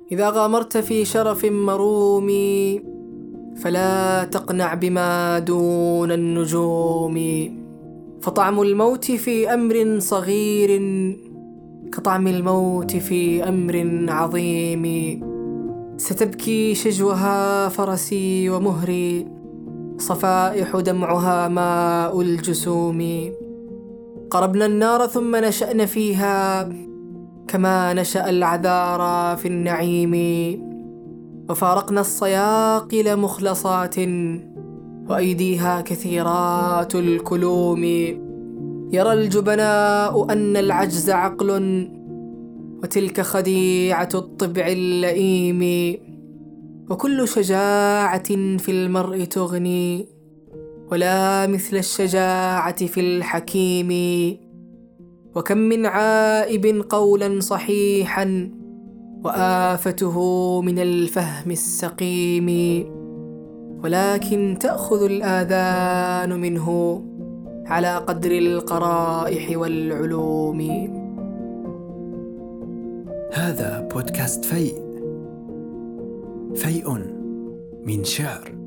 إذا غامرت في شرف مروم فلا تقنع بما دون النجوم، فطعم الموت في أمر صغير كطعم الموت في أمر عظيم. ستبكي شجوها فرسي ومهري، صفائح دمعها ماء الجسوم. قربنا النار ثم نشأنا فيها كما نشأ العذارى في النعيم، وفارقنا الصياقل مخلصات وأيديها كثيرات الكلوم. يرى الجبناء أن العجز عقل وتلك خديعة الطبع اللئيم، وكل شجاعة في المرء تغني ولا مثل الشجاعة في الحكيم. وكم من عائب قولا صحيحا وآفته من الفهم السقيم، ولكن تأخذ الآذان منه على قدر القرائح والعلوم. هذا بودكاست فيء من شعر.